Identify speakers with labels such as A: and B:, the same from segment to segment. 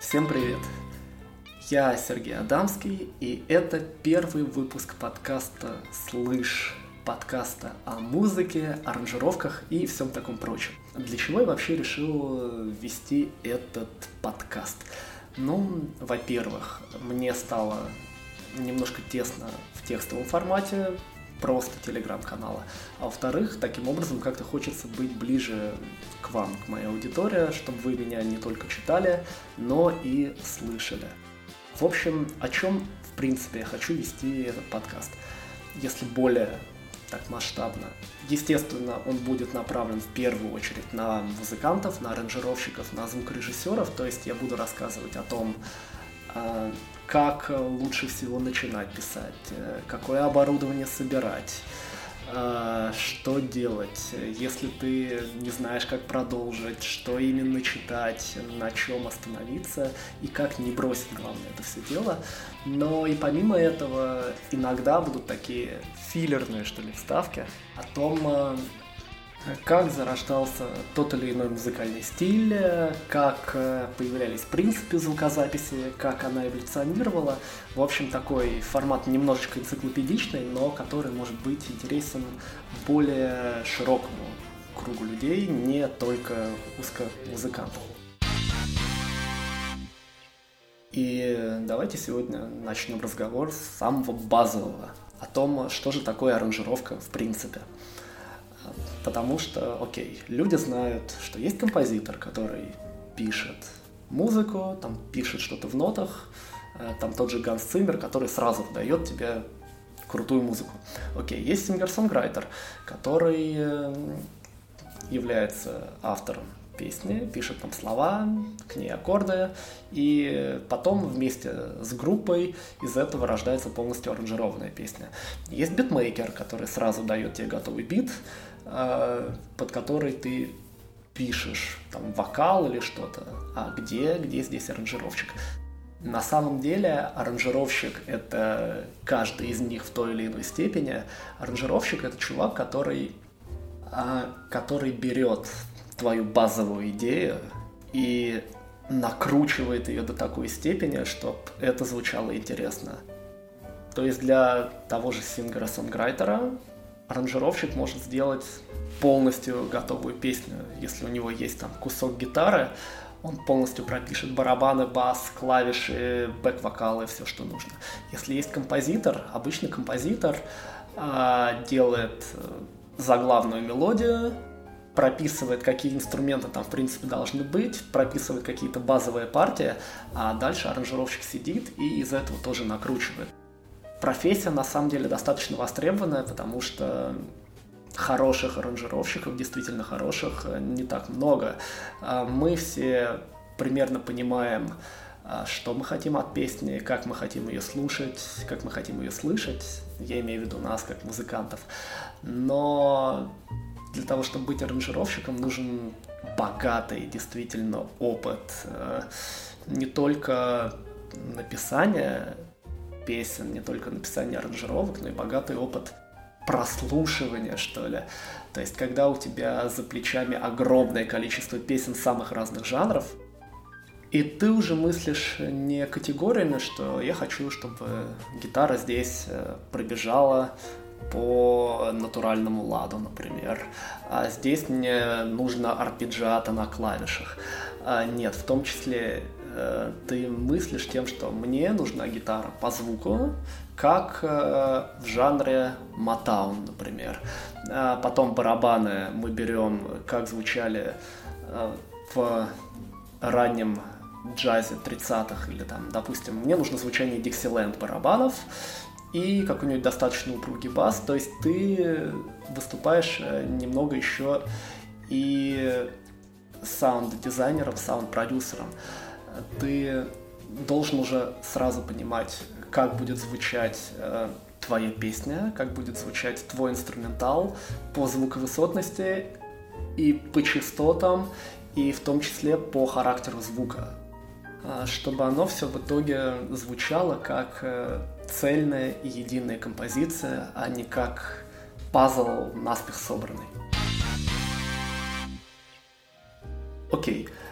A: Всем привет! Я Сергей Адамский, и это первый выпуск подкаста «Слышь», подкаста о музыке, аранжировках и всем таком прочем. Для чего я вообще решил вести этот подкаст? Во-первых, мне стало немножко тесно в текстовом формате, просто телеграм-канала. А во-вторых, таким образом как-то хочется быть ближе к вам, к моей аудитории, чтобы вы меня не только читали, но и слышали. В общем, о чем, в принципе, я хочу вести этот подкаст. Если более так масштабно. Естественно, он будет направлен в первую очередь на музыкантов, на аранжировщиков, на звукорежиссеров, то есть я буду рассказывать о том, как лучше всего начинать писать, какое оборудование собирать, что делать, если ты не знаешь, как продолжить, что именно читать, на чем остановиться и как не бросить, главное, это все дело. Но и помимо этого иногда будут такие филлерные, что ли, вставки о том, как зарождался тот или иной музыкальный стиль, как появлялись принципы звукозаписи, как она эволюционировала. В общем, такой формат немножечко энциклопедичный, но который может быть интересен более широкому кругу людей, не только узкомузыкантов. И давайте сегодня начнем разговор с самого базового, о том, что же такое аранжировка в принципе. Потому что, люди знают, что есть композитор, который пишет музыку, там пишет что-то в нотах, там тот же Ганс Циммер, который сразу дает тебе крутую музыку. Есть сингер-сонграйтер, который является автором песни, пишет там слова, к ней аккорды, и потом вместе с группой из этого рождается полностью аранжированная песня. Есть битмейкер, который сразу дает тебе готовый бит, под который ты пишешь там вокал или что-то. А где здесь аранжировщик? На самом деле аранжировщик — это каждый из них в той или иной степени. Аранжировщик — это чувак, который берет твою базовую идею и накручивает ее до такой степени, чтобы это звучало интересно. То есть для того же сингера-сонграйтера аранжировщик может сделать полностью готовую песню. Если у него есть там кусок гитары, он полностью пропишет барабаны, бас, клавиши, бэк-вокалы, все, что нужно. Если есть композитор, обычный композитор делает заглавную мелодию, прописывает, какие инструменты там в принципе должны быть, прописывает какие-то базовые партии, а дальше аранжировщик сидит и из этого тоже накручивает. Профессия на самом деле достаточно востребованная, потому что хороших аранжировщиков, действительно хороших, не так много. Мы все примерно понимаем, что мы хотим от песни, как мы хотим ее слушать, как мы хотим ее слышать. Я имею в виду нас, как музыкантов. Но для того, чтобы быть аранжировщиком, нужен богатый действительно опыт. Не только написания песен, не только написание аранжировок, но и богатый опыт прослушивания, что ли. То есть, когда у тебя за плечами огромное количество песен самых разных жанров, и ты уже мыслишь не категориями, что я хочу, чтобы гитара здесь пробежала по натуральному ладу, например. А здесь мне нужно арпеджиато на клавишах. Нет, в том числе ты мыслишь тем, что мне нужна гитара по звуку, как в жанре Motown, например. Потом барабаны мы берем, как звучали в раннем джазе 30-х, или там, допустим, мне нужно звучание Dixieland барабанов и какой-нибудь достаточно упругий бас, то есть ты выступаешь немного еще и саунд-дизайнером, саунд-продюсером. Ты должен уже сразу понимать, как будет звучать твоя песня, как будет звучать твой инструментал по звуковысотности и по частотам, и в том числе по характеру звука, чтобы оно все в итоге звучало как цельная и единая композиция, а не как пазл наспех собранный.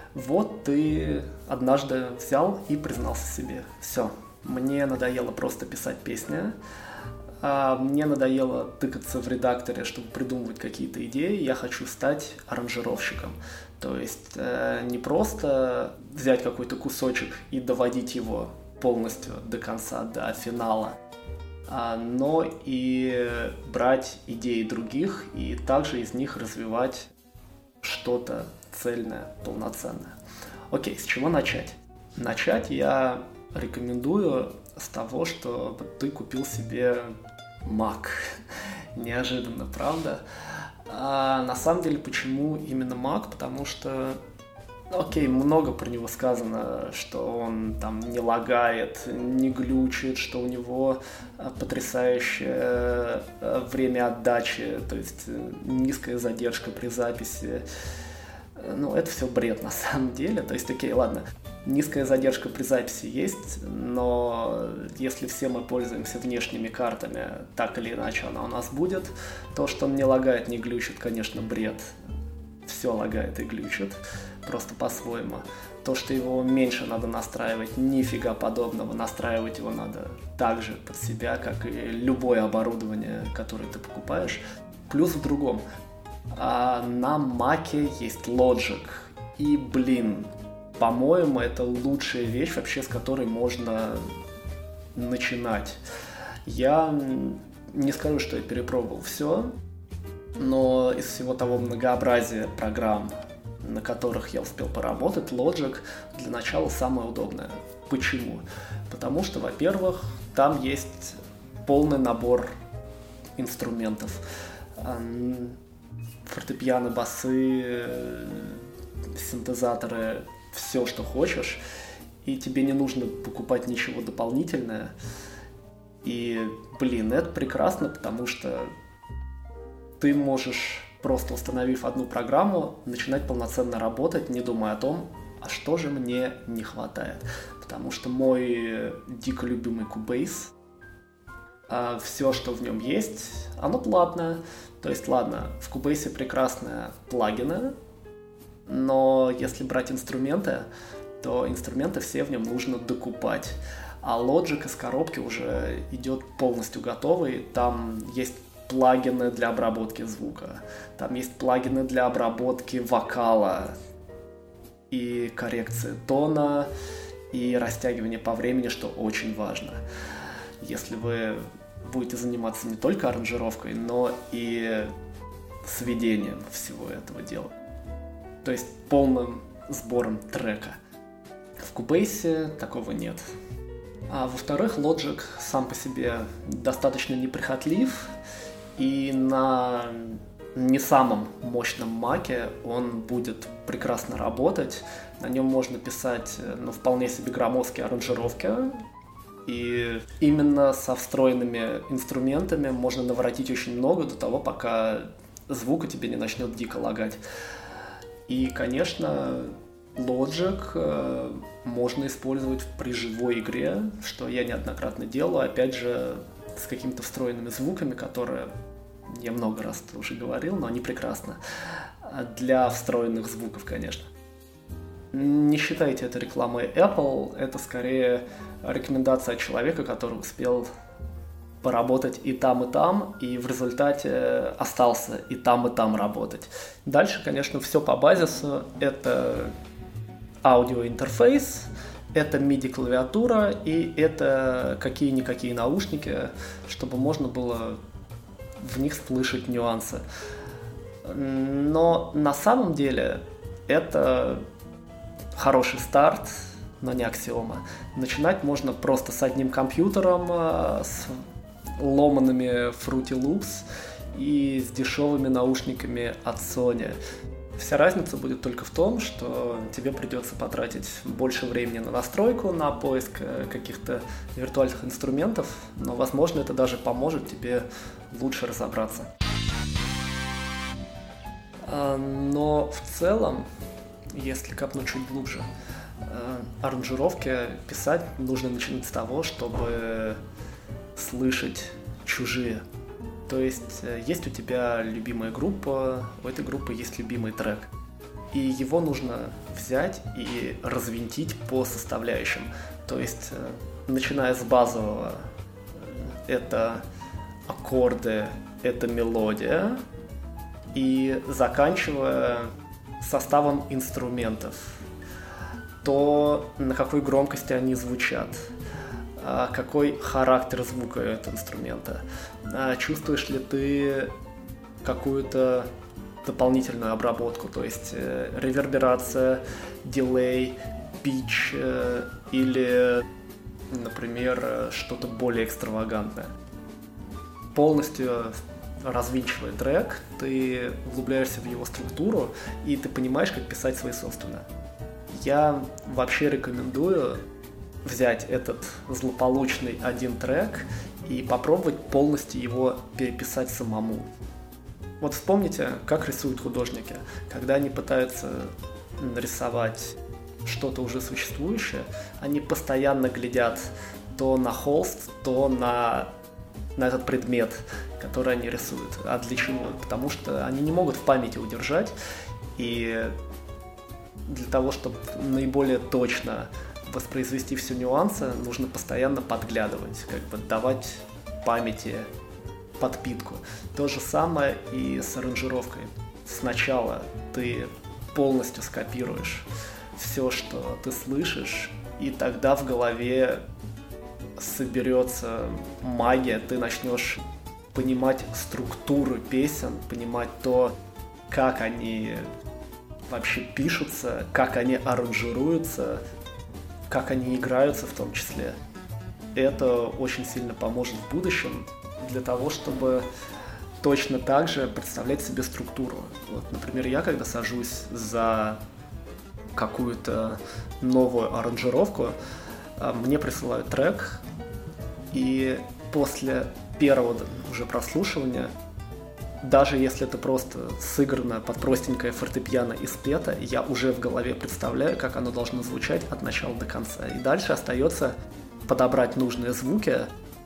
A: Вот ты однажды взял и признался себе: все, мне надоело просто писать песни, мне надоело тыкаться в редакторе, чтобы придумывать какие-то идеи, я хочу стать аранжировщиком. То есть не просто взять какой-то кусочек и доводить его полностью до конца, до финала, но и брать идеи других и также из них развивать что-то цельное, полноценное. Окей, с чего начать? Начать я рекомендую с того, что ты купил себе Mac. Неожиданно, правда? На самом деле, почему именно Mac? Потому что, окей, много про него сказано, что он там не лагает, не глючит, что у него потрясающее время отдачи, то есть низкая задержка при записи. Ну, это все бред на самом деле. То есть, окей, ладно, низкая задержка при записи есть, но если все мы пользуемся внешними картами, так или иначе она у нас будет. То, что он не лагает, не глючит, конечно, бред. Все лагает и глючит, просто по-своему. То, что его меньше надо настраивать, нифига подобного. Настраивать его надо так же под себя, как и любое оборудование, которое ты покупаешь. Плюс в другом. На Mac'е есть Logic. И, по-моему, это лучшая вещь вообще, с которой можно начинать. Я не скажу, что я перепробовал все, но из всего того многообразия программ, на которых я успел поработать, Logic для начала самое удобное. Почему? Потому что, во-первых, там есть полный набор инструментов. Фортепиано, басы, синтезаторы, все, что хочешь, и тебе не нужно покупать ничего дополнительное. И, это прекрасно, потому что ты можешь, просто установив одну программу, начинать полноценно работать, не думая о том, а что же мне не хватает. Потому что мой дико любимый Cubase, все, что в нем есть, оно платное. То есть, ладно, в Cubase прекрасные плагины, но если брать инструменты, то инструменты все в нем нужно докупать. А Logic из коробки уже идет полностью готовый. Там есть плагины для обработки звука, там есть плагины для обработки вокала и коррекции тона, и растягивания по времени, что очень важно. Если вы будете заниматься не только аранжировкой, но и сведением всего этого дела. То есть полным сбором трека. В Cubase такого нет. А во-вторых, Logic сам по себе достаточно неприхотлив, и на не самом мощном Mac'е он будет прекрасно работать. На нем можно писать, вполне себе громоздкие аранжировки, и именно со встроенными инструментами можно наворотить очень много до того, пока звук у тебя не начнет дико лагать. И, конечно, Logic можно использовать при живой игре, что я неоднократно делаю, опять же, с какими-то встроенными звуками, которые я много раз уже говорил, но они прекрасны. Для встроенных звуков, конечно. Не считайте это рекламой Apple, это скорее рекомендация от человека, который успел поработать и там, и в результате остался и там работать. Дальше, конечно, все по базису. Это аудиоинтерфейс, это MIDI-клавиатура и это какие-никакие наушники, чтобы можно было в них слышать нюансы. Но на самом деле это хороший старт, но не аксиома. Начинать можно просто с одним компьютером, с ломанными Fruity Loops и с дешевыми наушниками от Sony. Вся разница будет только в том, что тебе придется потратить больше времени на настройку, на поиск каких-то виртуальных инструментов, но, возможно, это даже поможет тебе лучше разобраться. Но в целом, если копнуть чуть глубже, аранжировки писать нужно начинать с того, чтобы слышать чужие. То есть у тебя любимая группа, у этой группы есть любимый трек. и его нужно взять и развинтить по составляющим. То есть, начиная с базового, это аккорды, это мелодия, и заканчивая составом инструментов, то на какой громкости они звучат, какой характер звука этого инструмента, чувствуешь ли ты какую-то дополнительную обработку, то есть реверберация, дилей, питч или, например, что-то более экстравагантное. Полностью развинчивая трек, ты углубляешься в его структуру, и ты понимаешь, как писать свои собственные. Я вообще рекомендую взять этот злополучный один трек и попробовать полностью его переписать самому. Вот вспомните, как рисуют художники. Когда они пытаются нарисовать что-то уже существующее, они постоянно глядят то на холст, то на этот предмет, который они рисуют. А для чего? Потому что они не могут в памяти удержать, и для того, чтобы наиболее точно воспроизвести все нюансы, нужно постоянно подглядывать, как бы давать памяти подпитку. То же самое и с аранжировкой. Сначала ты полностью скопируешь все, что ты слышишь, и тогда в голове соберется магия, ты начнешь понимать структуру песен, понимать то, как они вообще пишутся, как они аранжируются, как они играются в том числе. Это очень сильно поможет в будущем для того, чтобы точно так же представлять себе структуру. Вот, например, я когда сажусь за какую-то новую аранжировку, мне присылают трек, и после первого уже прослушивания, даже если это просто сыграно под простенькое фортепиано и спето, я уже в голове представляю, как оно должно звучать от начала до конца. И дальше остается подобрать нужные звуки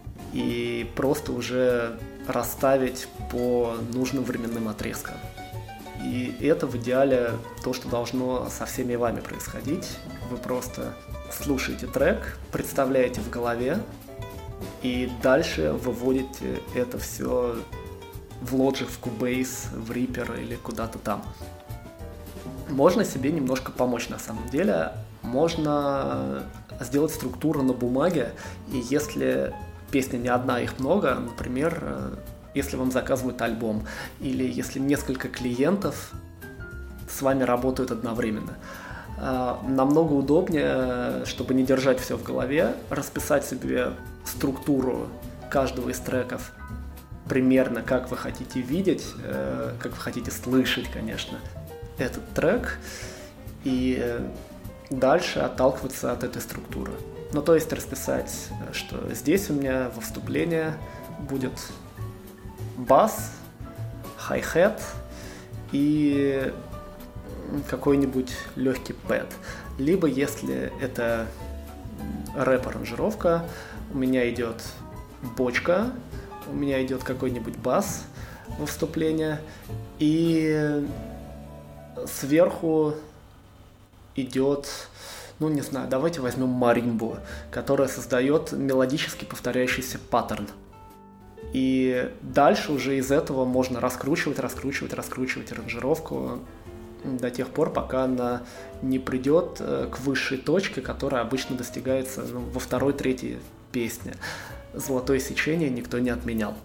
A: и просто уже расставить по нужным временным отрезкам. И это в идеале то, что должно со всеми вами происходить. Вы просто слушаете трек, представляете в голове, и дальше выводите это все в Logic, в Cubase, в Reaper или куда-то там. Можно себе немножко помочь на самом деле. Можно сделать структуру на бумаге, и если песня не одна, их много, например, если вам заказывают альбом, или если несколько клиентов с вами работают одновременно. Намного удобнее, чтобы не держать все в голове, расписать себе структуру каждого из треков, примерно как вы хотите видеть, как вы хотите слышать, конечно, этот трек, и дальше отталкиваться от этой структуры. Ну, то есть расписать, что здесь у меня во вступлении будет бас, хай-хет и какой-нибудь легкий пэд. Либо, если это рэп-аранжировка, у меня идет бочка, у меня идет какой-нибудь бас во вступление, и сверху идет, ну не знаю, давайте возьмем маримбу, которая создает мелодически повторяющийся паттерн. И дальше уже из этого можно раскручивать аранжировку до тех пор, пока она не придет к высшей точке, которая обычно достигается во второй-третьей песне. Золотое сечение никто не отменял.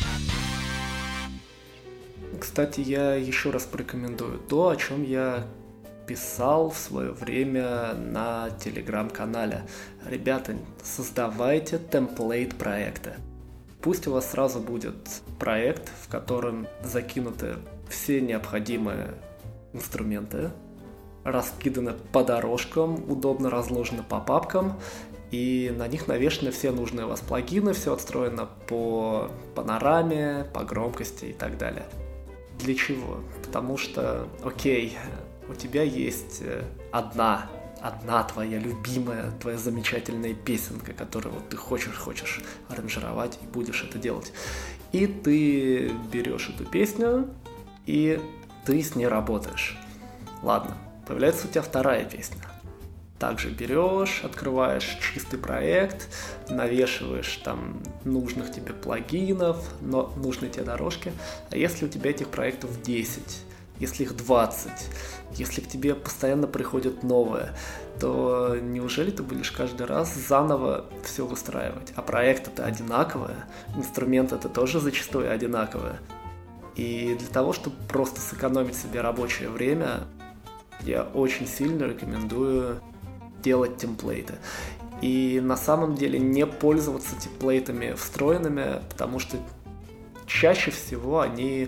A: Кстати, я еще раз порекомендую то, о чем я писал в свое время на телеграм-канале. Ребята, создавайте темплейт-проекты. Пусть у вас сразу будет проект, в котором закинуты все необходимые инструменты, раскиданы по дорожкам, удобно разложены по папкам, и на них навешаны все нужные у вас плагины, все отстроено по панораме, по громкости и так далее. Для чего? Потому что, окей, у тебя есть одна твоя любимая, твоя замечательная песенка, которую вот ты хочешь аранжировать и будешь это делать. И ты берешь эту песню, и ты с ней работаешь. Ладно, появляется у тебя вторая песня. Также берешь, открываешь чистый проект, навешиваешь там нужных тебе плагинов, но нужные тебе дорожки. А если у тебя этих проектов 10, если их 20, если к тебе постоянно приходят новые, то неужели ты будешь каждый раз заново все выстраивать? А проекты-то одинаковые, инструменты-то тоже зачастую одинаковые. И для того, чтобы просто сэкономить себе рабочее время, я очень сильно рекомендую делать темплейты. И на самом деле не пользоваться темплейтами встроенными, потому что чаще всего они,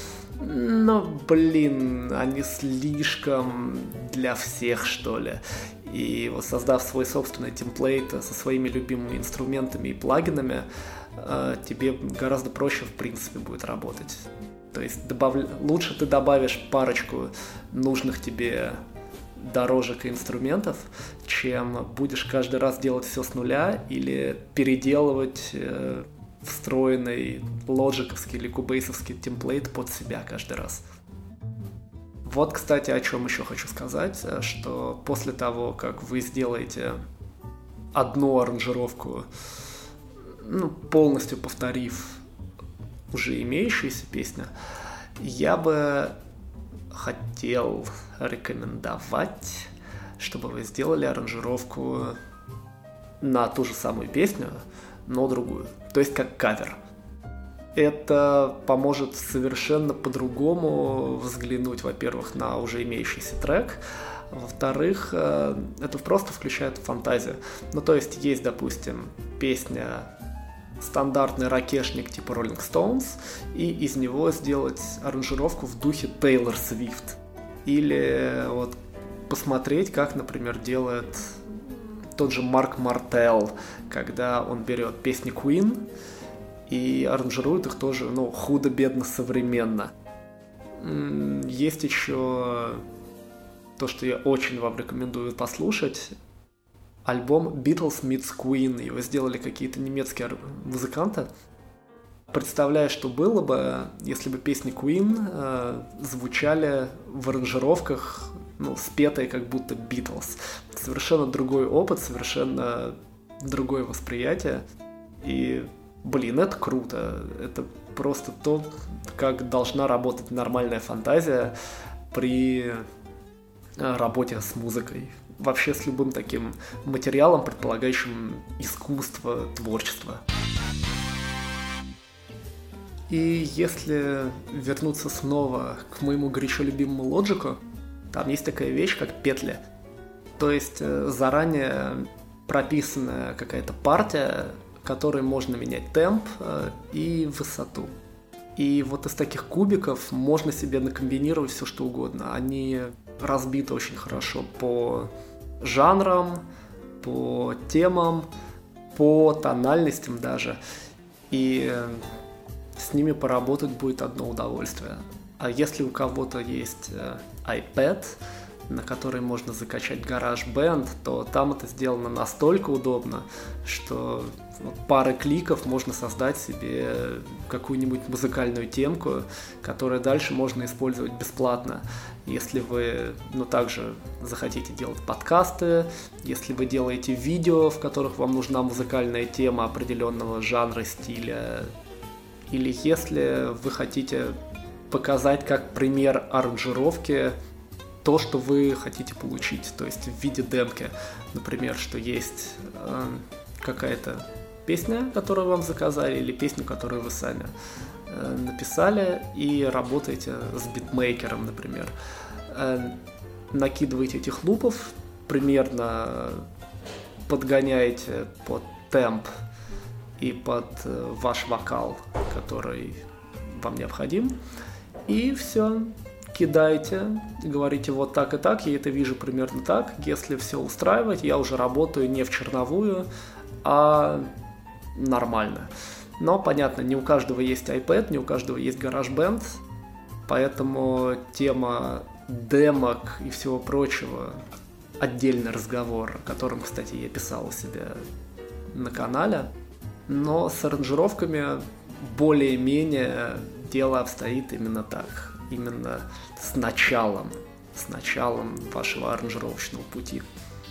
A: они слишком для всех, что ли. И вот создав свой собственный темплейт со своими любимыми инструментами и плагинами, тебе гораздо проще, в принципе, будет работать. То есть лучше ты добавишь парочку нужных тебе дорожек и инструментов, чем будешь каждый раз делать все с нуля или переделывать встроенный лоджиковский или кубейсовский темплейт под себя каждый раз. Вот, кстати, о чем еще хочу сказать, что после того, как вы сделаете одну аранжировку, полностью повторив уже имеющуюся песню, я бы хотел рекомендовать, чтобы вы сделали аранжировку на ту же самую песню, но другую. То есть как кавер. Это поможет совершенно по-другому взглянуть, во-первых, на уже имеющийся трек, во-вторых, это просто включает фантазию. То есть, допустим, песня стандартный ракешник типа Rolling Stones, и из него сделать аранжировку в духе Тейлор Свифт. Или вот посмотреть, как, например, делает тот же Марк Мартел, когда он берет песни Queen и аранжирует их тоже, худо-бедно современно. Есть еще то, что я очень вам рекомендую послушать. Альбом Beatles meets Queen. Его сделали какие-то немецкие музыканты. Представляю, что было бы, если бы песни Queen звучали в аранжировках, спетые как будто Beatles. Совершенно другой опыт, совершенно другое восприятие. И, это круто. Это просто то, как должна работать нормальная фантазия при работе с музыкой. Вообще с любым таким материалом, предполагающим искусство, творчество. И если вернуться снова к моему горячо любимому Лоджику, там есть такая вещь, как петли. То есть заранее прописанная какая-то партия, которой можно менять темп и высоту. И вот из таких кубиков можно себе накомбинировать все, что угодно. Они разбиты очень хорошо по жанрам, по темам, по тональностям даже. И с ними поработать будет одно удовольствие. А если у кого-то есть iPad, на который можно закачать GarageBand, то там это сделано настолько удобно, что пары кликов можно создать себе какую-нибудь музыкальную темку, которую дальше можно использовать бесплатно. Если вы, также захотите делать подкасты, если вы делаете видео, в которых вам нужна музыкальная тема определенного жанра, стиля, или если вы хотите показать как пример аранжировки то, что вы хотите получить, то есть в виде демки. Например, что есть какая-то песня, которую вам заказали, или песню, которую вы сами написали, и работаете с битмейкером, например. Накидываете этих лупов, примерно подгоняете под темп и под ваш вокал, который вам необходим, и все. Кидаете, говорите вот так и так, я это вижу примерно так. Если все устраивает, я уже работаю не в черновую, а нормально. Но, понятно, не у каждого есть iPad, не у каждого есть GarageBand, поэтому тема демок и всего прочего — отдельный разговор, о котором, кстати, я писал у себя на канале. Но с аранжировками более-менее дело обстоит именно так. Именно с началом. с началом вашего аранжировочного пути.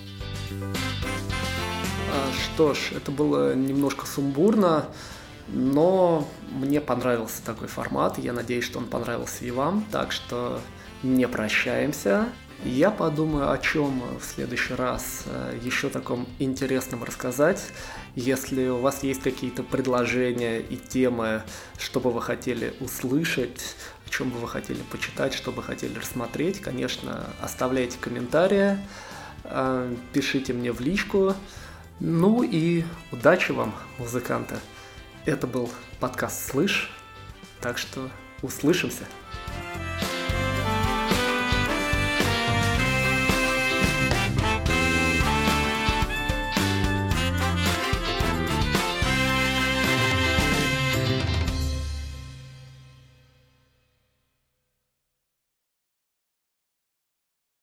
A: Что ж, это было немножко сумбурно, но мне понравился такой формат, я надеюсь, что он понравился и вам, так что не прощаемся. Я подумаю, о чем в следующий раз еще таком интересном рассказать. Если у вас есть какие-то предложения и темы, что бы вы хотели услышать, о чем бы вы хотели почитать, что бы хотели рассмотреть, конечно, оставляйте комментарии, пишите мне в личку. Ну и удачи вам, музыканты! Это был подкаст «Слышь», так что услышимся!